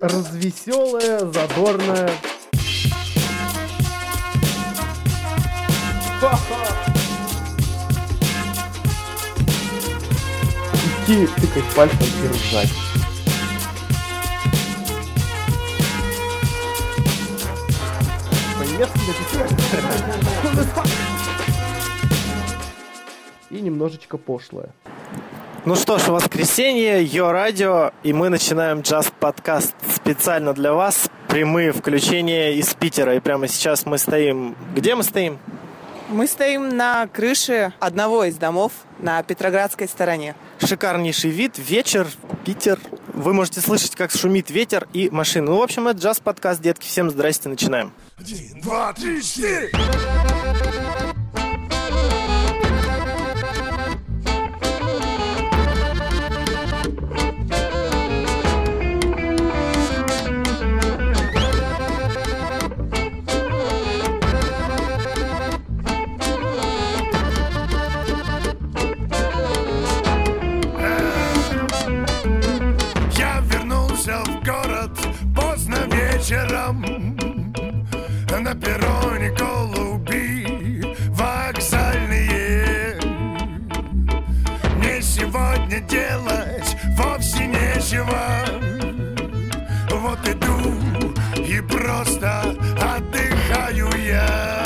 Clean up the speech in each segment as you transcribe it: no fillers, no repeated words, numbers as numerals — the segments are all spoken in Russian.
развеселая, задорная. Идти, тыкать пальцем и ржать. И немножечко пошлое. Ну что ж, воскресенье, Йо Радио, и мы начинаем джаз-подкаст специально для вас. Прямые включения из Питера. И прямо сейчас мы стоим... Где мы стоим? Мы стоим на крыше одного из домов на Петроградской стороне. Шикарнейший вид, вечер, Питер. Вы можете слышать, как шумит ветер и машины. Ну, в общем, это джаз-подкаст, детки. Всем здрасте, начинаем. 1, 2, 3, 4. Вечером на перроне голуби вокзальные. Мне сегодня делать вовсе нечего. Вот иду и просто отдыхаю я.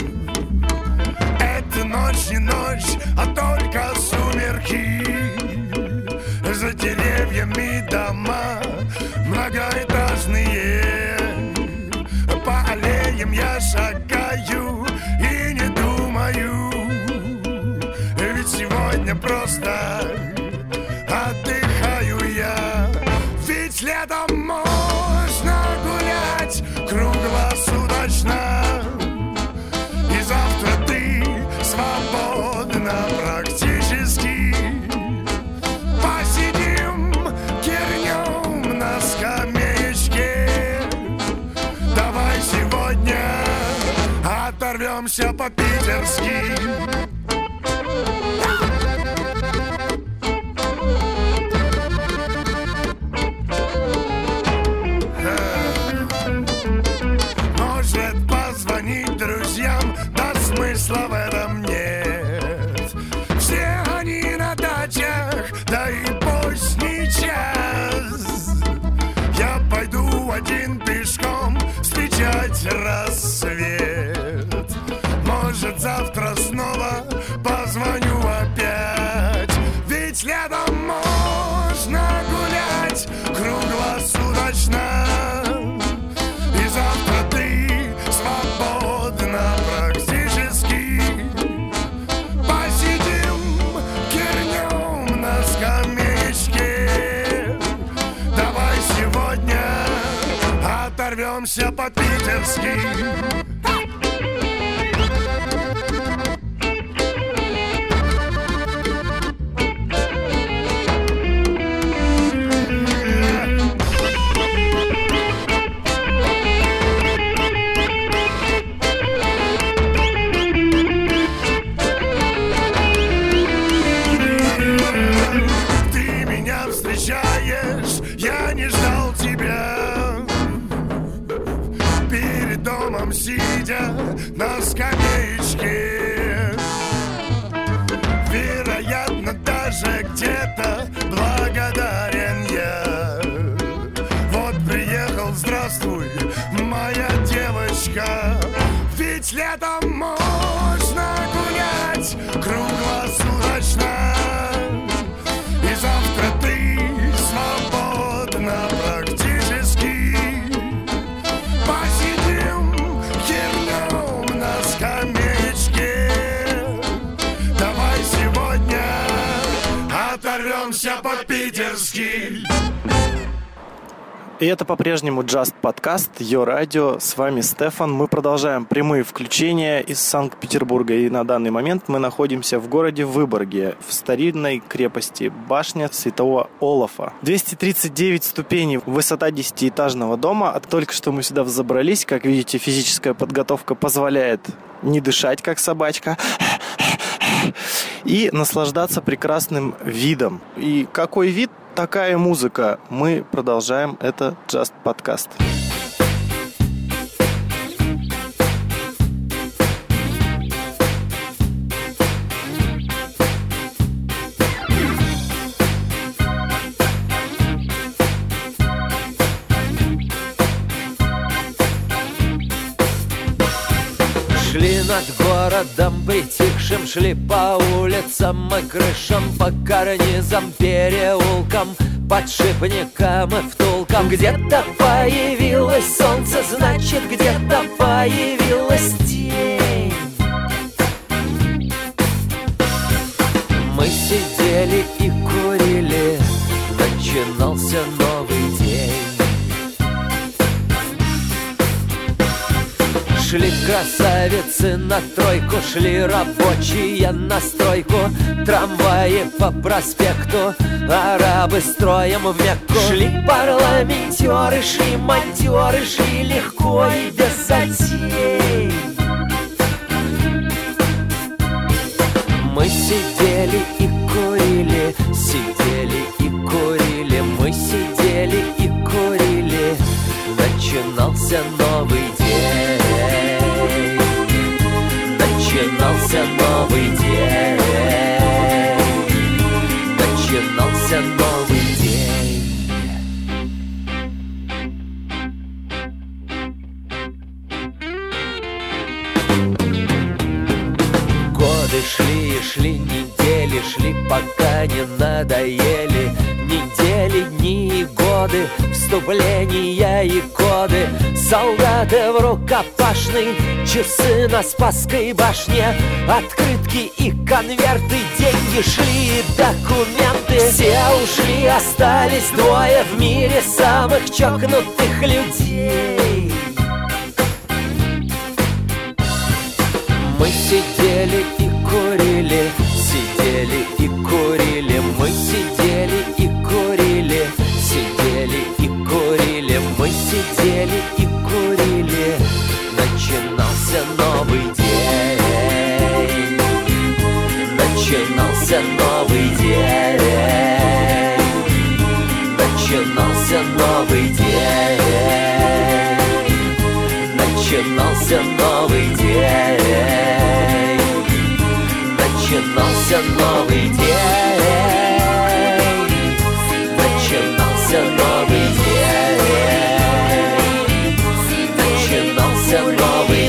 Это ночь не ночь, а только сумерки. За деревьями дома многоэтажные. По аллеям я шагаю и не думаю, ведь сегодня просто отдыхаю я. Ведь летом можно гулять круглосуточно, и завтра ты свободна практически. Посидим, кернем на скамеечке. Давай сегодня оторвемся по-питерски. Может позвонить друзьям, да смысла в этом нет. Все они на дачах, да и поздний час. Я пойду один пешком встречать рассвет. Может, завтра снова позвоню опять. Ведь летом можно гулять круглосуточно, и завтра ты свободна практически. Посидим, кернем на скамеечке. Давай сегодня оторвемся по-питерски. Ты меня встречаешь, я не ждал тебя. Перед домом сидя на скамеечке, вероятно, даже где-то благодарен я. Вот приехал, здравствуй, моя девочка. Ведь летом можно гулять круглосуточно, и завтра ты свободна практически. Посидим, кернем на скамеечке. Давай сегодня оторвемся по-питерски. И это по-прежнему джаз-подкаст Йо Радио. С вами Стефан. Мы продолжаем прямые включения из Санкт-Петербурга. И на данный момент мы находимся в городе Выборге, в старинной крепости башня Святого Олафа. 239 ступеней, высота 10-этажного дома. А только что мы сюда взобрались. Как видите, физическая подготовка позволяет не дышать, как собачка, и наслаждаться прекрасным видом. И какой вид? такая музыка. Мы продолжаем. Это Just Podcast. Шли над городом притихшим, шли по улицам и крышам, по карнизам, переулкам, подшипникам и втулкам. Где-то появилось солнце, значит, где-то появилась тень. Мы сидели и курили, начинался новый день. Шли красавицы на тройку, шли рабочие на стройку, трамваи по проспекту, арабы строем в Мекку. Шли парламентеры, шли монтеры, шли легко и без затей. Мы сидели и курили, сидели и курили, мы сидели и курили, начинался новый день. Начинался новый день. Начинался новый день. Годы шли и шли, недели шли, пока не надоели. Недели, дни и годы, вступления и коды. Солдаты в рукопашной, часы на Спасской башне, открытки и конверты, деньги шли и документы. Все ушли, остались двое в мире самых чокнутых людей. Мы сидели и курили, сидели и курили, мы сидели и курили, сидели и курили, мы сидели и курили. Начинался новый день. Начинался новый день. Начинался новый день. Начинался новый день. Начинался новый день. Начинался новый день. Начинался новый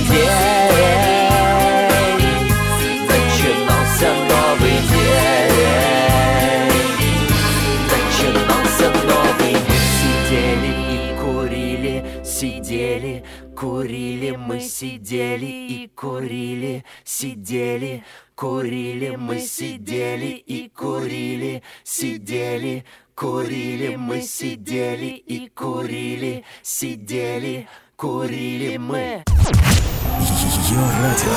день. Начинался новый день. Начинался новый день. Сидели и курили, сидели, курили, мы сидели и курили, сидели, курили, мы сидели и курили, сидели, курили, мы сидели и курили, сидели, курили мы. Йо-радио.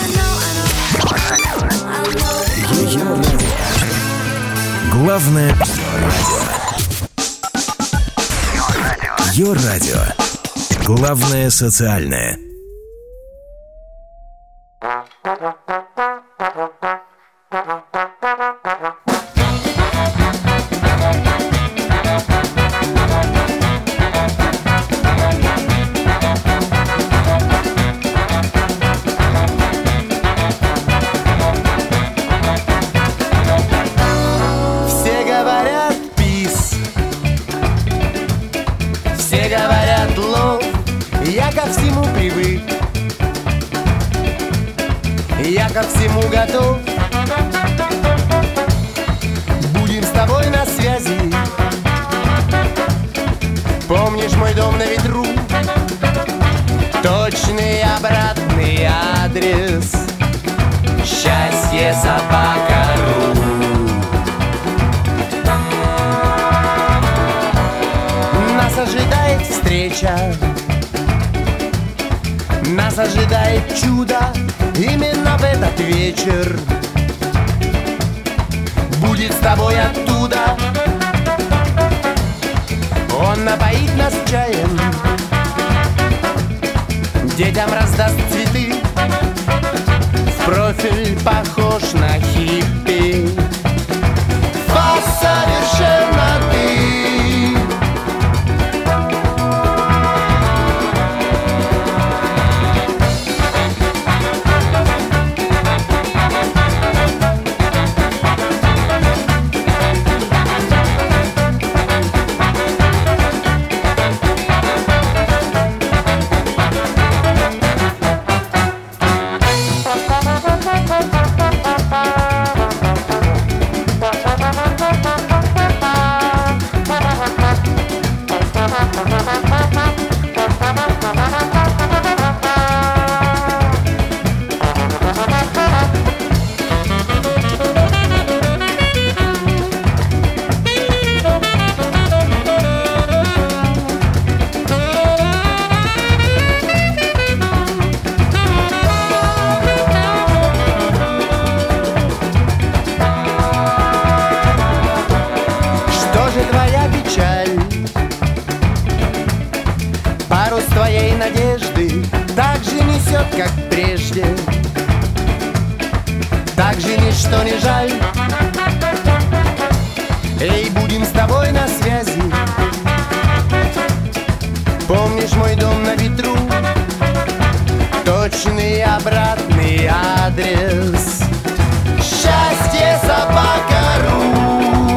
Йо-радио. Главное радио. Йо-радио. Главное социальное. Все говорят пис, все говорят лов. Я ко всему привык, я ко всему готов. Будем с тобой на связи. Помнишь мой дом на ветру? Точный обратный адрес. Счастье-собака.ру. Нас ожидает встреча, нас ожидает чудо. Именно в этот вечер будет с тобой оттуда. Он напоит нас чаем, детям раздаст цветы. В профиль похож на хиппи. Совершенно ты. Парус твоей надежды так же несет, как прежде. Так же ничто не жаль. Эй, будем с тобой на связи. Помнишь мой дом на ветру? Точный обратный адрес. Счастье собака.ру.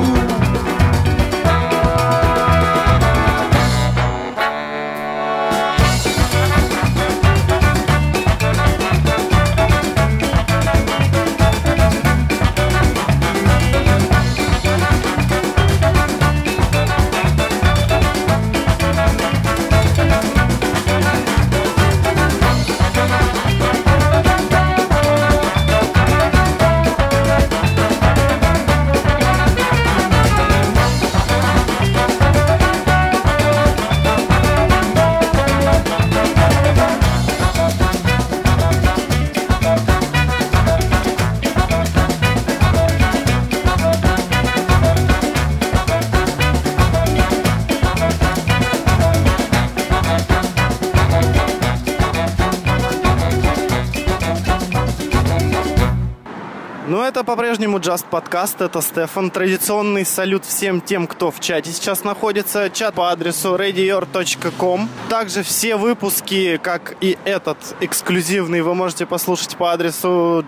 Ну, это по-прежнему Just Podcast, это Стефан. Традиционный салют всем тем, кто в чате сейчас находится. Чат по адресу radior.com. Также все выпуски, как и этот эксклюзивный, вы можете послушать по адресу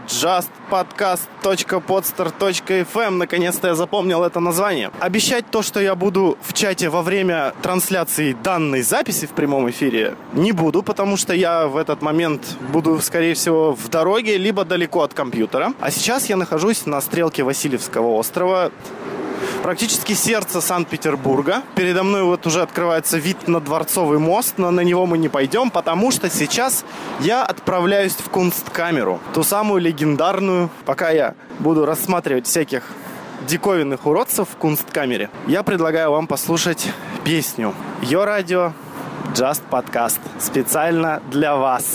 justpodcast.podster.fm. Наконец-то я запомнил это название. Обещать то, что я буду в чате во время трансляции данной записи в прямом эфире, не буду, потому что я в этот момент буду, скорее всего, в дороге, либо далеко от компьютера. А сейчас я нахожусь на стрелке Васильевского острова, практически сердце Санкт-Петербурга. Передо мной вот уже открывается вид на Дворцовый мост, но на него мы не пойдем, потому что сейчас я отправляюсь в Кунсткамеру, ту самую легендарную. Пока я буду рассматривать всяких диковинных уродцев в Кунсткамере, я предлагаю вам послушать песню Йо Радио Just Podcast специально для вас.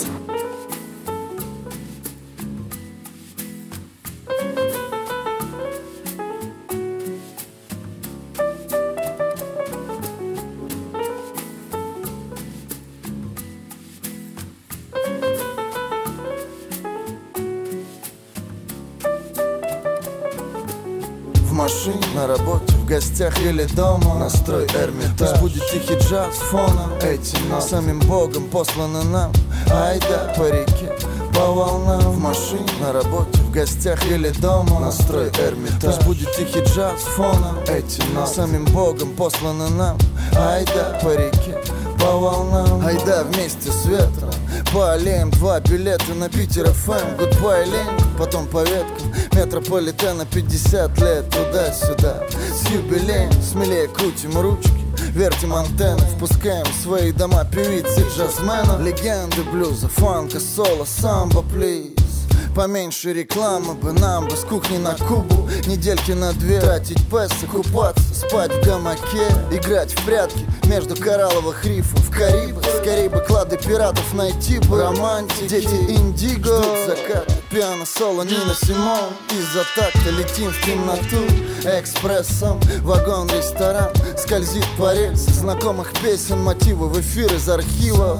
В машине, на работе, в гостях или дома. Настрой Эрмитаж. Пусть будет тихий джаз фоном. Эти самим Богом посланы нам. Айда по реке, по волнам. В машине, на работе, в гостях или дома. Настрой Эрмитаж. Пусть будет тихий джаз фоном. Эти самим Богом посланы нам. Айда по реке, по волнам. Айда вместе с ветром по аллеям, 2 билета на Питер ФМ. Гудбай, лень, потом по веткам метрополитена 50 лет туда-сюда. С юбилеем смелее крутим ручки, вертим антенны, впускаем в свои дома певицы джазменов. Легенды блюза, фанка, соло, самбо, плиз. Поменьше рекламы бы нам бы с кухни на Кубу. Недельки на 2 тратить песо, купаться, спать в гамаке, играть в прятки между коралловых рифов в Карибах. Скорей бы клады пиратов найти бы. Романтики, дети индиго, ждут закат, пиано-соло Нина Симон. Из-за такта летим в темноту экспрессом. Вагон-ресторан скользит по рельсам знакомых песен, мотивы в эфир из архива.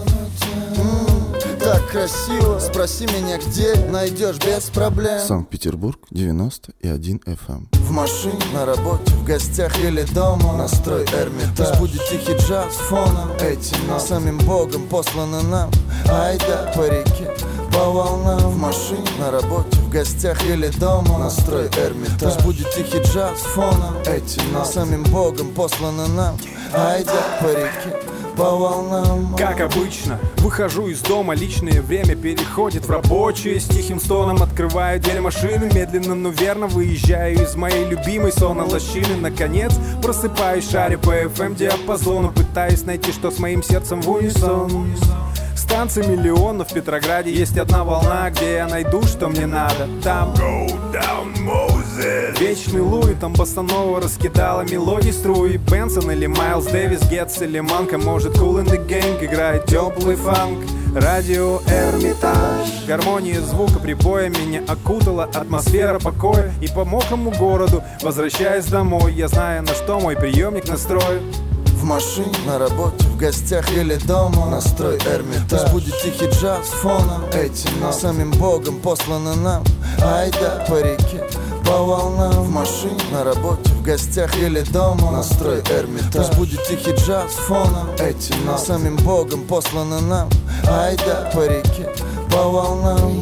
Так красиво, спроси меня где, найдешь без проблем. Санкт-Петербург, 91 FM. В машине, на работе, в гостях или дома. Настрой Эрмитаж. Пусть будет тихий джаз фоном. Эти самим Богом посланы нам. Айда по реке, по волнам. В машине, на работе, в гостях или дома. Настрой Эрмитаж. Пусть будет тихий джаз фоном. Эти самим Богом посланы нам. Айда по реке, по волнам. Как обычно, выхожу из дома, личное время переходит в рабочее. С тихим стоном открываю дверь машины, медленно, но верно выезжаю из моей любимой сонно-лощины. Наконец просыпаюсь, шаря по FM-диапазону, пытаюсь найти, что с моим сердцем в унисон. Станция Миллион, но в Петрограде есть одна волна, где я найду, что мне надо. Там Вечный Луи, там босанова раскидала мелодии струи. Бенсон или Майлз Дэвис, Гетц или Манка, может Cool in the Gang играет теплый фанк. Радио Эрмитаж, гармония звука прибоя меня окутала, атмосфера покоя. И по мокрому городу, возвращаясь домой, я знаю, на что мой приемник настроен. В машине, на работе, в гостях или дома. Настрой Эрмитаж. Пусть будет тихий джаз фоном. Эти ноты самим Богом посланы нам. Айда по реке, по волнам. В машине, на работе, в гостях или дома. Настрой Эрмитаж. Пусть будет тихий джаз фоном. Эти ноты самим Богом посланы нам. Айда по реке, по волнам.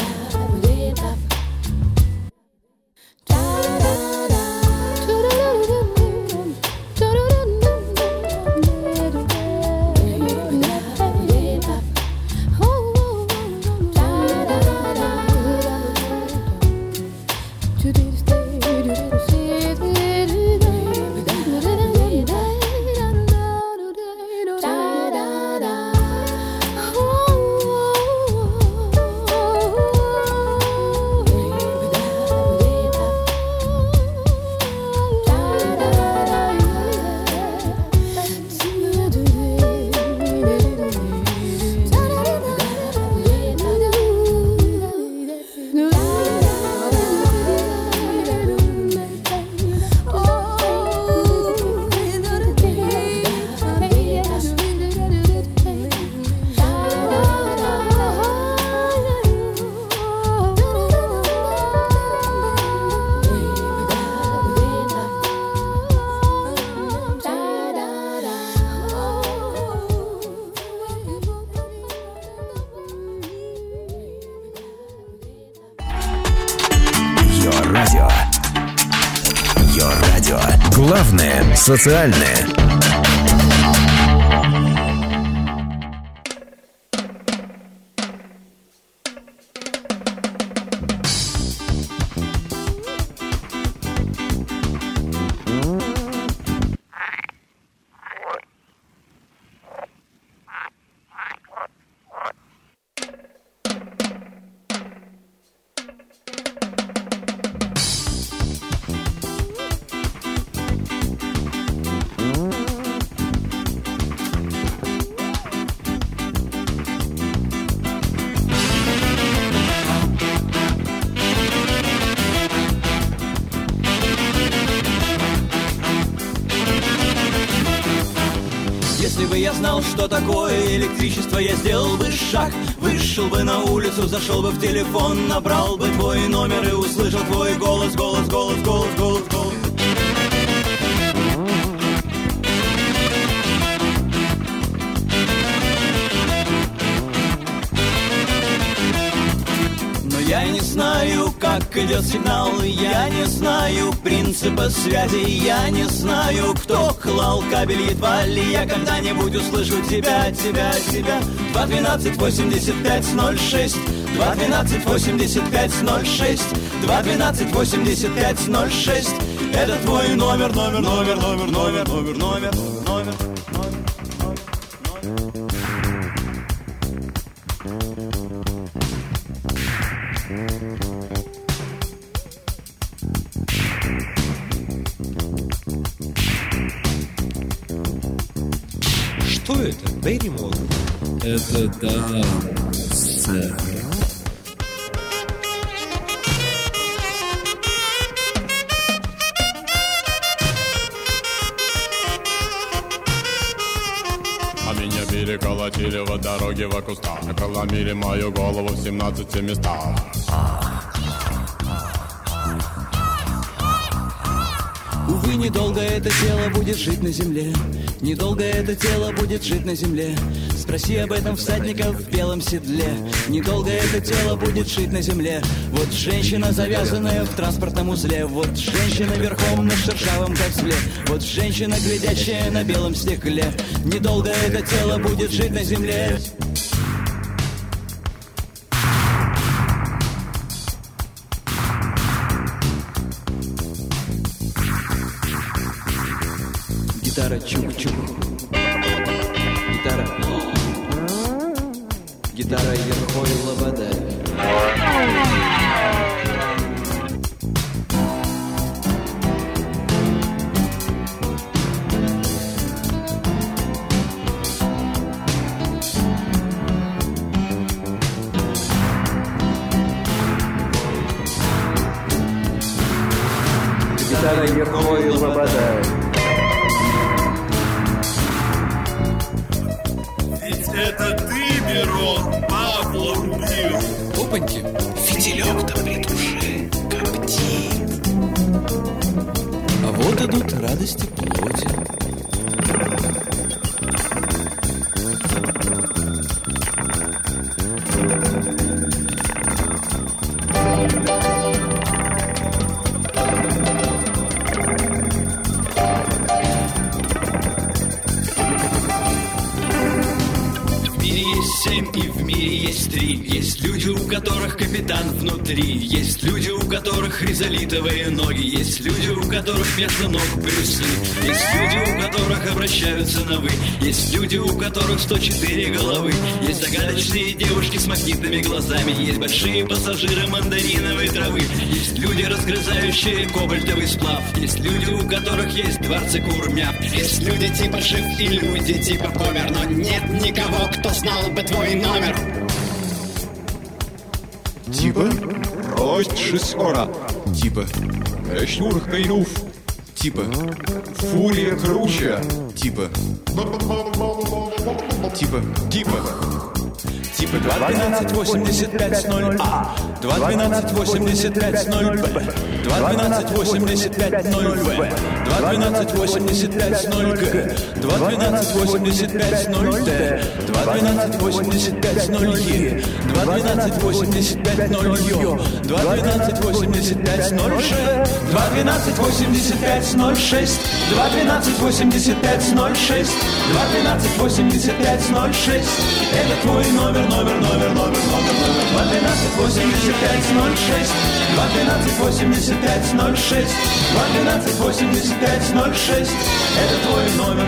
Йо-радио. Главное социальное. Если бы я знал, что такое электричество, я сделал бы шаг. Вышел бы на улицу, зашел бы в телефон, набрал бы твой номер и услышал твой голос, голос, голос, голос, голос, голос. Я не знаю, как идет сигнал, я не знаю принципа связи, я не знаю, кто клал кабель, едва ли я когда-нибудь услышу тебя, тебя, тебя. 212-85-06, 212-85-06, 212-85-06. Это твой номер, номер, номер, номер, номер, номер, номер, номер. Что это? Берримор? Это танцы. А меня били, колотили в дороге в кустах, проломили мою голову в 17 местах. Увы, недолго это тело будет жить на земле. Недолго это тело будет жить на земле. Спроси об этом всадника в белом седле. Недолго это тело будет жить на земле. Вот женщина, завязанная в транспортном узле. Вот женщина верхом на шершавом козле. Вот женщина, глядящая на белом стекле. Недолго это тело будет жить на земле. Гитара чук-чук. Гитара. Гитара Ерхой Лобода. Гитара Ерхой Лобода. Это ты, Мирон, Павла убил. Опаньки, фитилек-то при душе коптит. А вот идут радости плоти. И в мире есть 3. Есть люди, у которых капитан внутри. Есть люди, у которых хризолитовые ноги. Есть люди, у которых вместо ног брюсы. Есть люди, у которых обращаются на «вы». Есть люди, у которых 104 головы. Есть загадочные девушки с магнитными глазами. Есть большие пассажиры мандариновой травы. Есть люди, разгрызающие кобальтовый сплав. Есть люди, у которых есть дворцы курмяв. Есть люди типа Шиф и люди типа Помер. Но нет никого, кто знал бы твой номер. Типа рость шесора. Типа Шнур Кайнув. Типа Фурия круче. Типа 212-85-0А, 212-85-0Б, 212-85-0В, 212-85-0Г, 212-85-0Д, 212-85-0Е, 212-85-0Ё, 212-85-0Ж, 212-85-06, 212-85-06, 212-85-06. Это твой номер, 212-85-06, 212-85-06, 212-85-06. Это твой номер.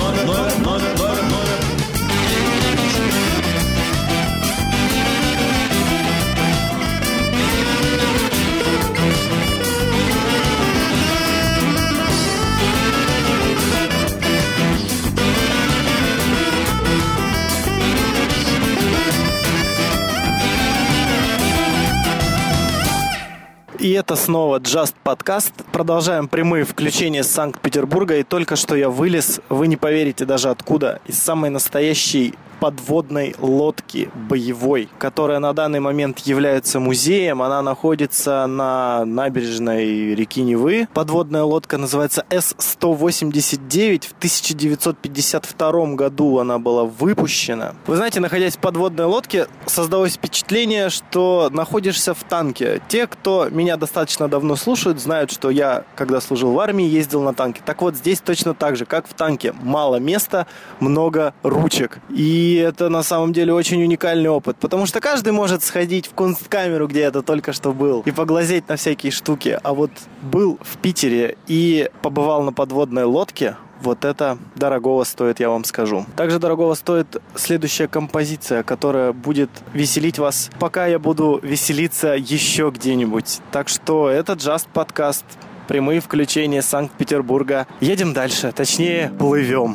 И это снова Just Podcast. Продолжаем прямые включения из Санкт-Петербурга. И только что я вылез, вы не поверите даже откуда, из самой настоящей подводной лодки боевой, которая на данный момент является музеем. Она находится на набережной реки Невы. Подводная лодка называется С-189. В 1952 году она была выпущена. Вы знаете, находясь в подводной лодке, создалось впечатление, что находишься в танке. Те, кто меня достаточно давно слушают, знают, что я, когда служил в армии, ездил на танке. Так вот, здесь точно так же, как в танке. Мало места, много ручек. И это на самом деле очень уникальный опыт, потому что каждый может сходить в Кунсткамеру, где это только что был, и поглазеть на всякие штуки. А вот был в Питере и побывал на подводной лодке, вот это дорогого стоит, я вам скажу. Также дорогого стоит следующая композиция, которая будет веселить вас, пока я буду веселиться еще где-нибудь. Так что это Just Podcast. Прямые включения Санкт-Петербурга. Едем дальше, точнее, плывем.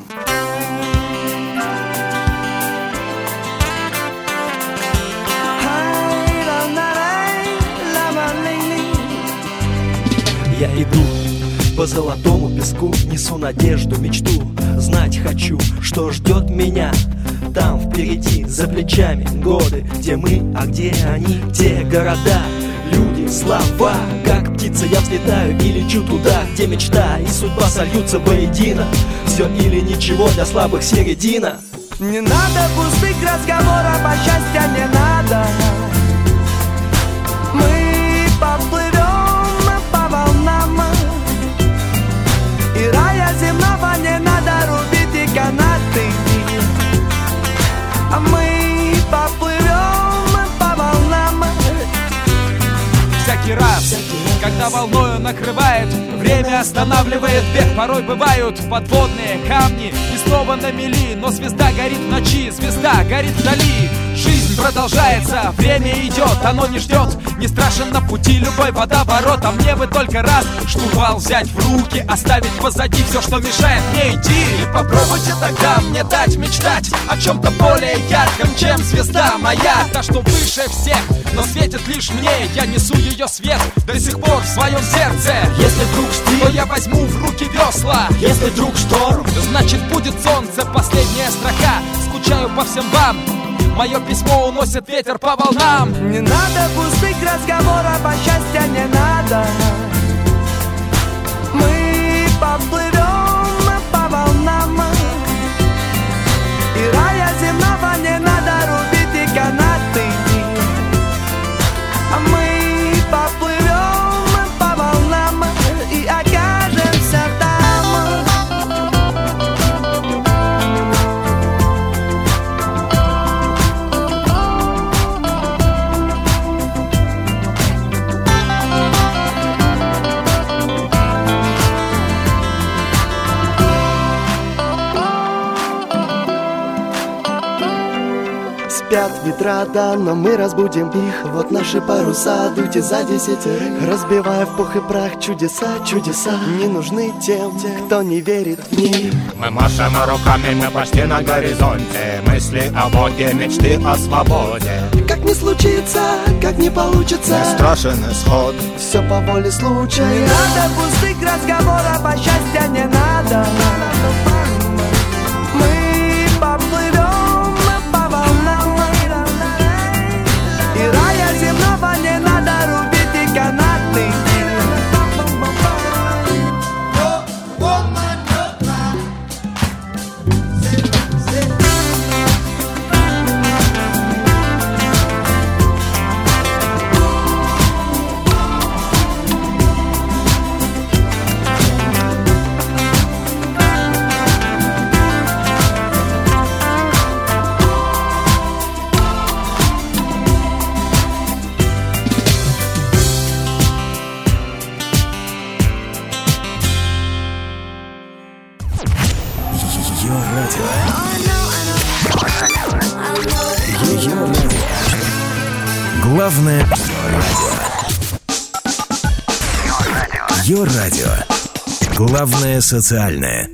Я иду по золотому песку, несу надежду, мечту. Знать хочу, что ждет меня там впереди, за плечами годы. Где мы, а где они, те города, люди, слова. Как птица я взлетаю и лечу туда, где мечта и судьба сольются воедино. Все или ничего, для слабых середина. Не надо пустых разговоров, а счастья не надо. Мы поплывем по волнам, и рая земного не надо рубить и канаты. А мы поплывем по волнам. Всякий раз, когда волною накрывает, время останавливает бег. Порой бывают подводные камни и снова на мели. Но звезда горит в ночи, звезда горит вдали. Жизнь продолжается, время идет, оно не ждет. Не страшен на пути любой водоворот. А мне бы только раз штурвал взять в руки, оставить позади все, что мешает мне идти. И попробуйте тогда мне дать мечтать о чем-то более ярком, чем звезда моя. Та, что выше всех, но светит лишь мне. Я несу ее свет до сих пор в своем сердце. Если вдруг штиль, то я возьму в руки весла. Если вдруг шторм, значит будет солнце, последняя строка. скучаю по всем вам. Мое письмо уносит ветер по волнам. Не надо пустых разговоров, а счастья не надо. Мы поплывем по волнам, и рая земного не надо рубить и канаты. А мы поплывем по волнам и окажемся там. Спят ветра, да, но мы разбудим их. Вот наши паруса, дуйте за 10, разбивая в пух и прах чудеса, чудеса не нужны тем, кто не верит в них. Мы машем руками, мы почти на горизонте. Мысли о Боге, мечты о свободе. Как не случится, как не получится, не страшен исход, все по воле случая. Не надо пустых разговоров, а счастья не надо. Мы поплывем по волнам, и рая земного не надо рубить и канаты. Главное Йо-радио. Главное социальное.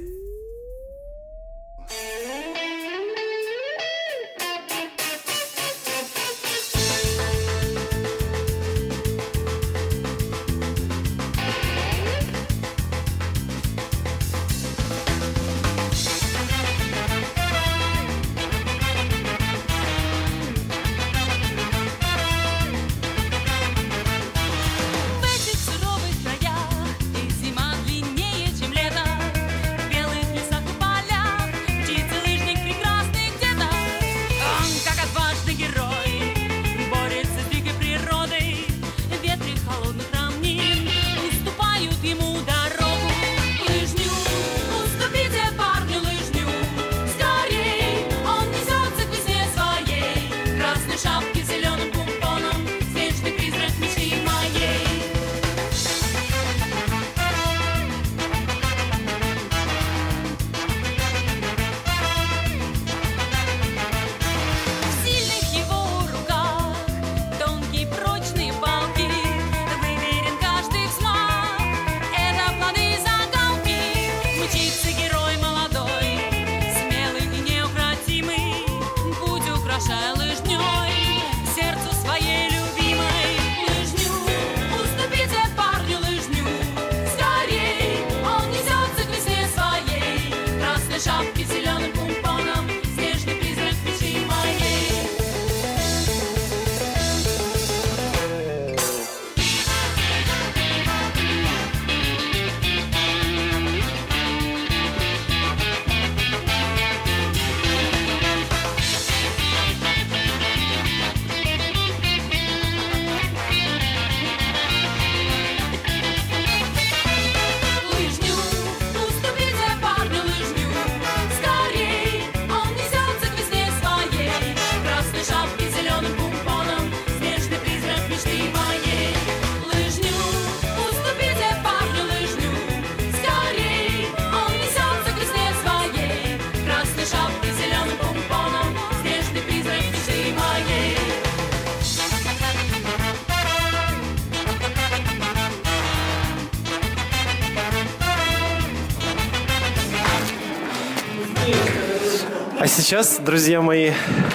А сейчас, друзья мои,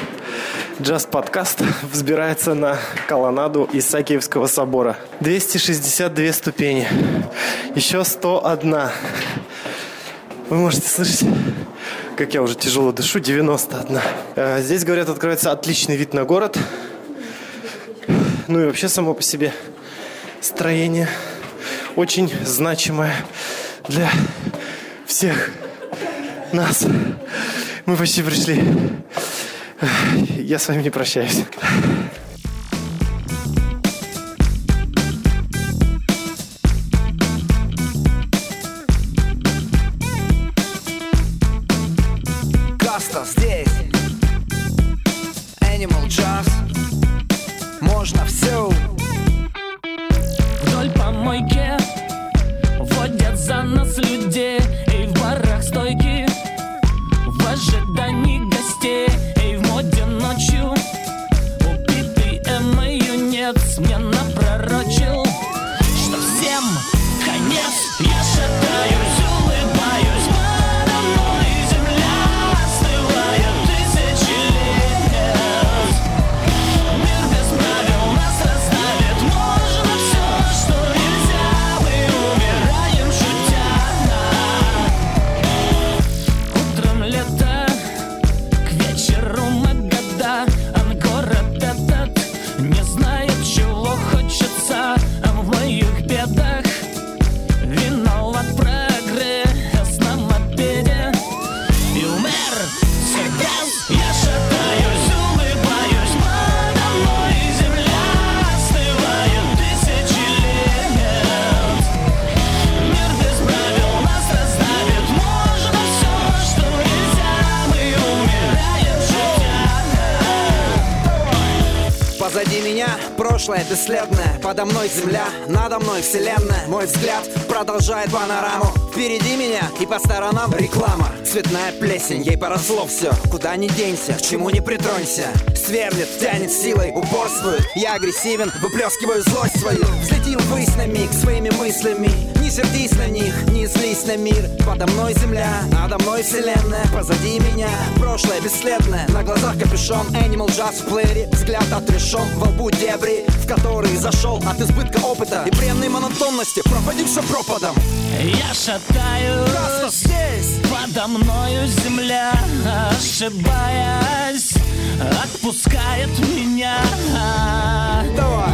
джаз-подкаст взбирается на колоннаду Исаакиевского собора. 262 ступени. Еще 101. Вы можете слышать, как я уже тяжело дышу, 91. Здесь, говорят, открывается отличный вид на город. Ну и вообще само по себе строение очень значимое для всех нас. Мы почти пришли. Я с вами не прощаюсь. Здесь Animal Jazz. Можно все. Вдоль помойки водят за нас людей. И в барах стойки в ожидании гостей. И в моде ночью убитый юнец мне напророчил, что всем конец. Я шатаюсь, улыбаюсь, подо мной земля остывает тысячи лет. Мир без правил нас раздавит. Можно все, что нельзя. Мы умираем, шутя. Утром лето, к вечеру Магада. А город этот не знает, чего хочется. А в моих бедах виноват прогресс на мопеде. И умер цыган. Я шатаюсь, улыбаюсь, подо мной земля остывает тысячи лет. Мир без правил нас раздавит. Можно все, что нельзя. Мы умираем, шутя. Позади меня прошлое бесследное. Подо мной земля, надо мной вселенная. Мой взгляд продолжает панораму. Впереди меня и по сторонам реклама. Цветная плесень, ей поросло все. Куда ни денься, к чему ни притронься. Сверлит, тянет силой, упорствует. Я агрессивен, выплескиваю злость свою. Взлетим ввысь на миг своими мыслями. Не сердись на них, не злись на мир. Подо мной земля, надо мной вселенная. Позади меня прошлое бесследное. На глазах капюшон, Animal Jazz в плеере. Взгляд отрешен, во лбу дебри, в которые зашел от избытка опыта и бренной монотонности. Пропади все пропадом. Я шатаюсь, здесь подо мною земля, ошибаясь, отпускает меня. Давай.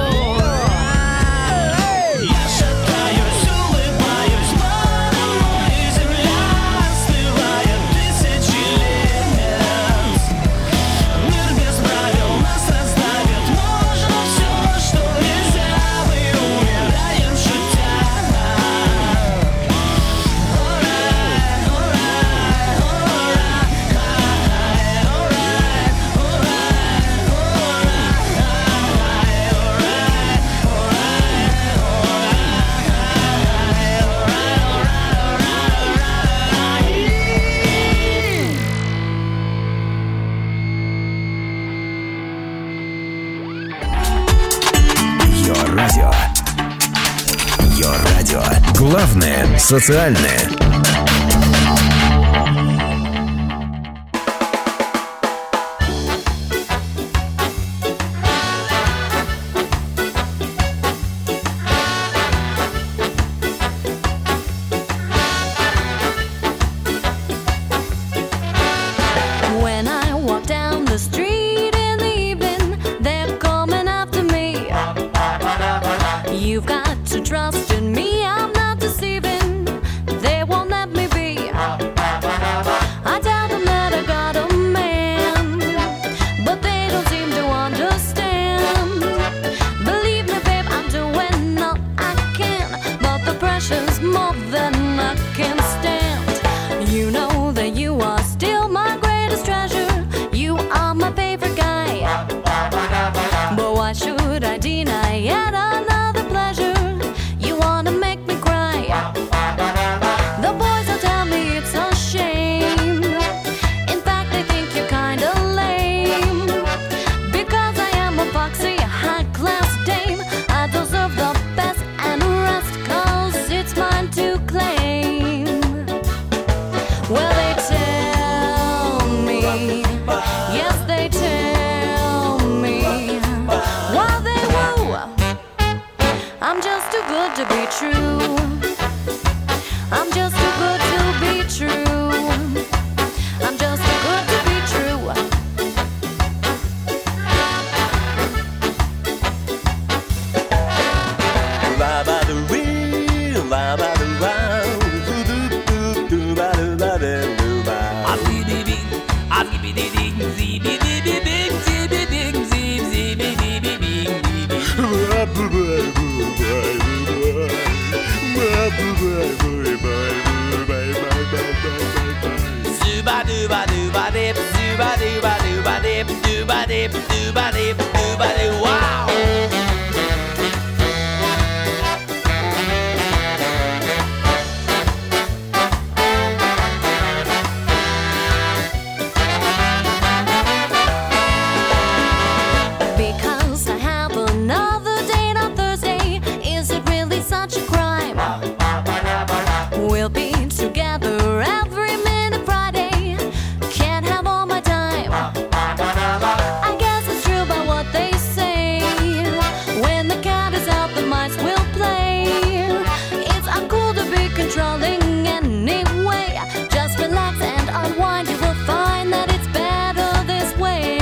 Я шатаюсь, улыбаюсь, подо мной земля остывает тысячи лет. Мир без правил нас раздавит. Можно все, что нельзя. Мы умираем, шутя. Йо-радио. Йо-радио. Главное социальное. When I walk down the street in the evening, they're coming after me. You've got to trust in me, I'm not deceiving. They won't let me be. I tell them that I got a man, but they don't seem to understand. Believe me, babe, I'm doing all I can, but the pressure's more than I can stand. You know that you are still my greatest treasure. You are my favorite guy. But why should I deny yet another pleasure? You wanna make me cry. The boys will tell me it's a shame. In fact, they think you're kinda lame. Because I am a foxy, high-class dame. I deserve the best and rest, 'cause it's mine to claim. Well, they tell me, yes, they tell me, while they woo, I'm just too good to be true. I'm just too good to be true. zibi dibi bing zibi bing zib zibi dibi bing Zuba duba duba dip, zuba duba duba dip, duba dip, duba dip, duba dip, wow! Because I have another date on Thursday, is it really such a crime? We'll be together every minute Friday, can't have all my time. I guess it's true by what they say, when the cat is out the mice will play. It's uncool to be controlling anyway, just relax and unwind, you will find that it's better this way.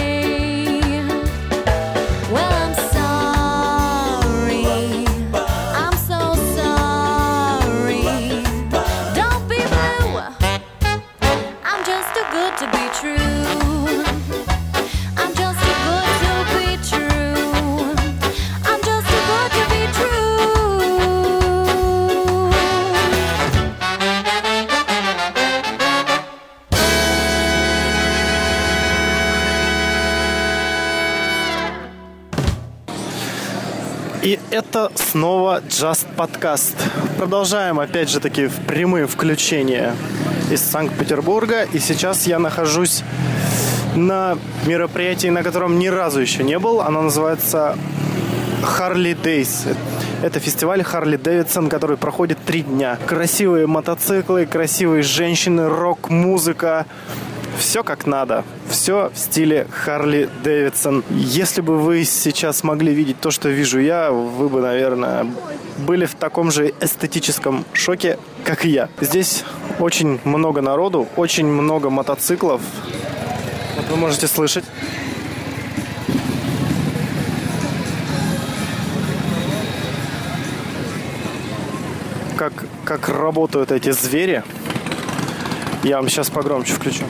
Well, I'm sorry, I'm so sorry. Don't be blue, I'm just too good to be true. I'm just too good to be true. I'm just too good to be true. И это снова Just Podcast. Продолжаем, опять же таки, в прямые включения из Санкт-Петербурга. И сейчас я нахожусь на мероприятии, на котором ни разу еще не был. Оно называется Harley Days. Это фестиваль Harley Davidson, который проходит 3 дня. Красивые мотоциклы, красивые женщины, рок-музыка. Все как надо. Все в стиле Harley Davidson. Если бы вы сейчас могли видеть то, что вижу я, вы бы, наверное, были в таком же эстетическом шоке, как и я. Здесь очень много народу, очень много мотоциклов. Вот вы можете слышать. Как работают эти звери. Я вам сейчас погромче включу.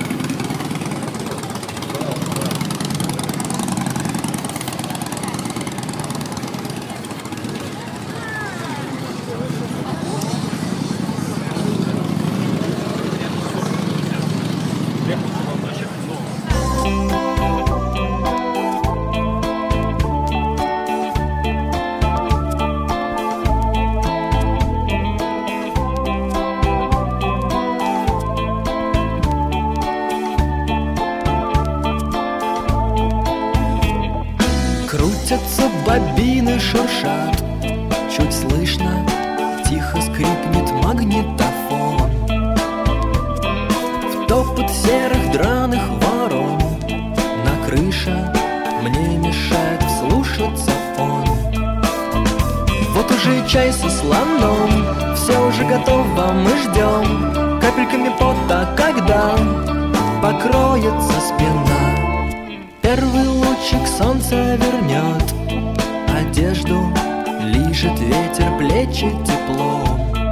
Крутятся бобины, шуршат, чуть слышно, тихо скрипнет магнитофон. В топот серых драных ворон на крыше мне мешает вслушаться он. Вот уже чай со слоном, все уже готово, мы ждем капельками пота, когда покроется спина. Первый лучик солнца вернет одежду, лижет ветер плечи тепло.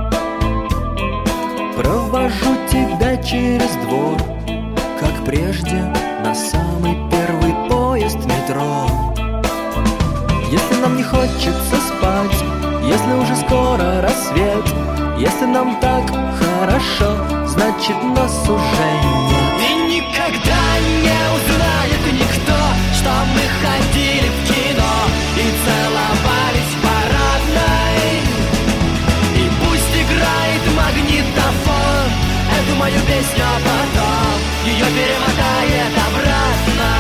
Провожу тебя через двор, как прежде, на самый первый поезд метро. Если нам не хочется спать, если уже скоро рассвет, если нам так хорошо, значит нас уже нет. И никогда не узнает никто, что мы ходили в кино и целовались в парадной. И пусть играет магнитофон эту мою песню, а потом ее перемотает обратно.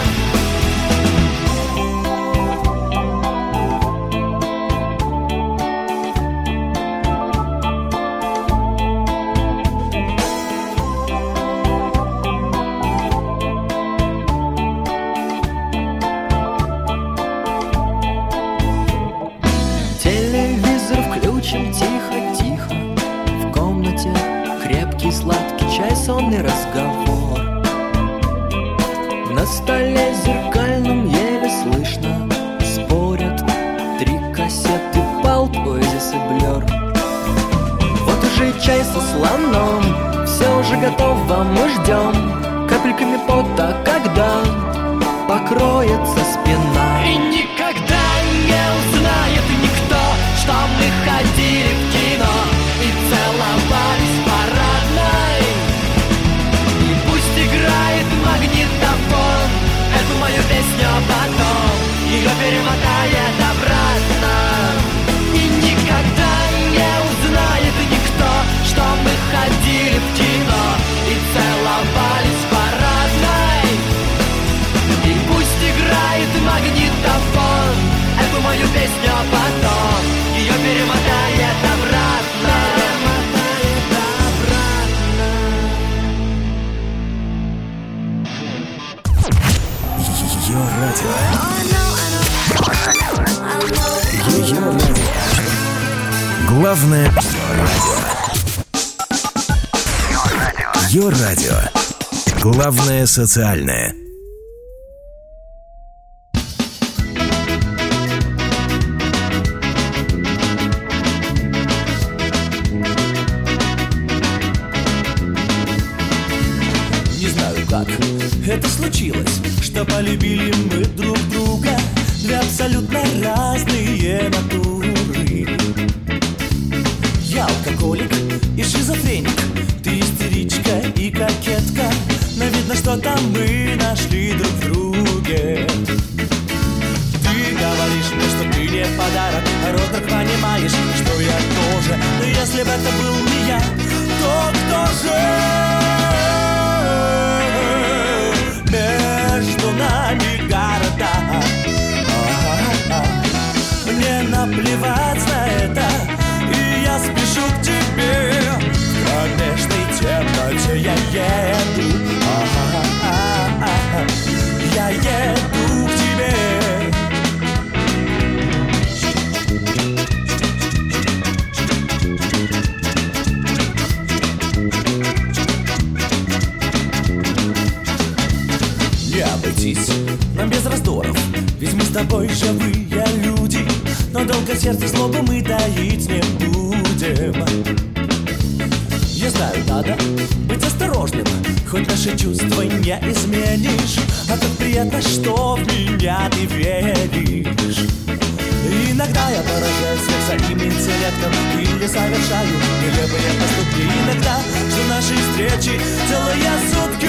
Тихо-тихо, в комнате крепкий сладкий чай, сонный разговор. На столе зеркальном еле слышно спорят 3 кассеты Pulp, Oasis и Blur. Вот уже чай со слоном, все уже готово, мы ждем капельками пота, когда покроется спина. И никогда не узнает никто, что мы ходили в кино и целовались в парадной. И пусть играет магнитофон эту мою песню, потом ее перемотает обратно. И никогда не узнает никто, что мы ходили в кино и целовались в парадной. И пусть играет магнитофон эту мою песню, потом ее перемотает обратно. Ее радио. Ее радио. Главное радио. Ее радио. Главное социальное. Не знаю, как это случилось, что полюбили мы друг друга. Две абсолютно разные натуры. Я алкоголик и шизофреник, ты истеричка и кокетка. Но видно, что-то мы нашли друг в друге. Ты говоришь мне, что ты не подарок, а родных понимаешь, что я тоже. Но если бы это был не я, то кто же? Между нами города. Мне наплевать на это, и я спешу к тебе. В кромешной темноте я еду. Я еду к тебе. Не обойтись нам без раздоров, ведь мы с тобой живые люди. Но долго сердце злобы мы таить не будем. Я знаю, надо быть осторожным, хоть наши чувства не изменишь. А как приятно, что в меня ты веришь. Иногда я поражаюсь своим интеллектом или совершаю нелепые поступки. Иногда жду нашей встречи целые сутки.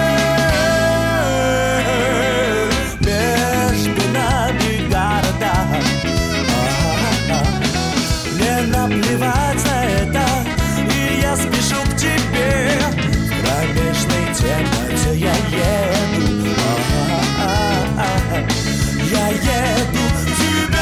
Между нами города. Мне наплевать на это, и я спешу к тебе. В кромешной темноте я еду. Я еду к тебе.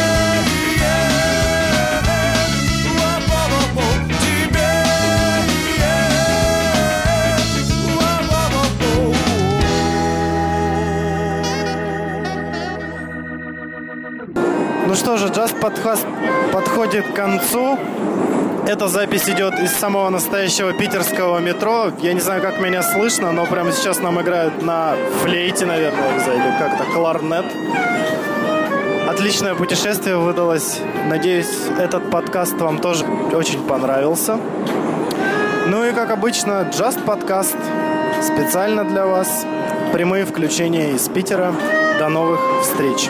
Ну что же, джаз-подкаст подходит к концу. Эта запись идет из самого настоящего питерского метро. Я не знаю, как меня слышно, но прямо сейчас нам играют на флейте, наверное, или как-то кларнет. Отличное путешествие выдалось. Надеюсь, этот подкаст вам тоже очень понравился. Ну и, как обычно, джаз-подкаст специально для вас. Прямые включения из Питера. До новых встреч.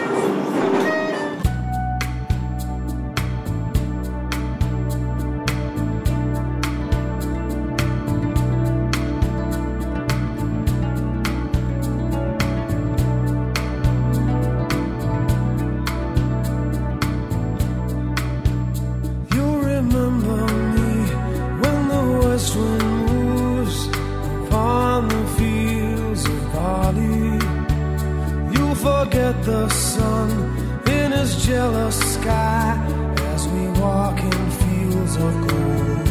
The sun in his jealous sky as we walk in fields of gold.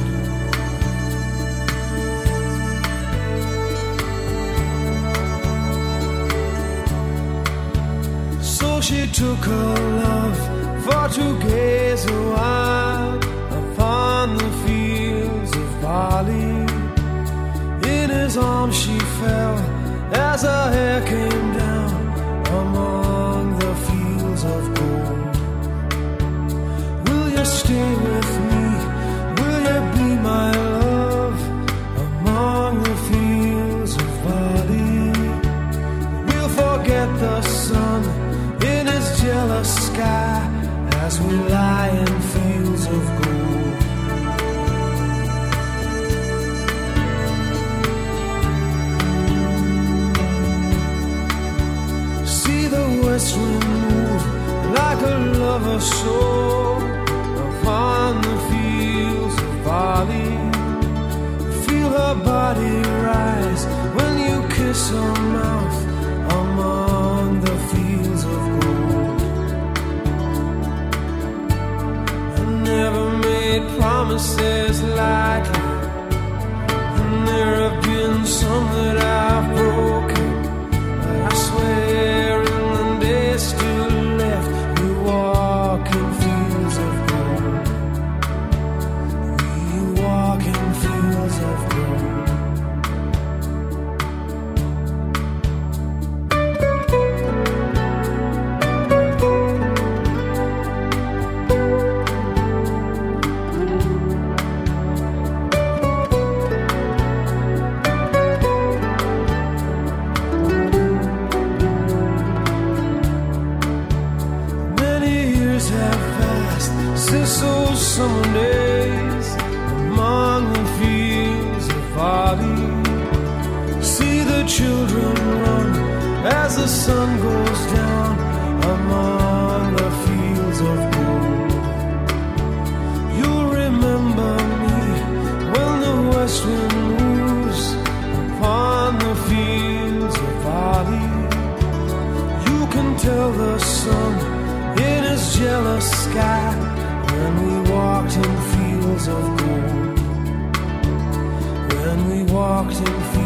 So she took her love for to gaze a while upon the fields of barley. In his arms she fell as her hair came down among the fields of gold. Will you stay with me? Will you be my love among the fields of barley? forget the sun in his jealous sky as we lie in fields of gold. See the west wind move like a lover's soul upon the fields of barley. Feel her body rise when you kiss her mouth among the fields of gold. I never made promises lightly, and there have been some that I've broken, but I swear in the days still left we walk in fields of gold. We walk in fields of gold. Since those summer days among the fields of barley, see the children run as the sun goes down among the fields of gold. You'll remember me when the west wind moves upon the fields of barley. You can tell the sun in his jealous sky when we walked in fields of gold. When we walked in fields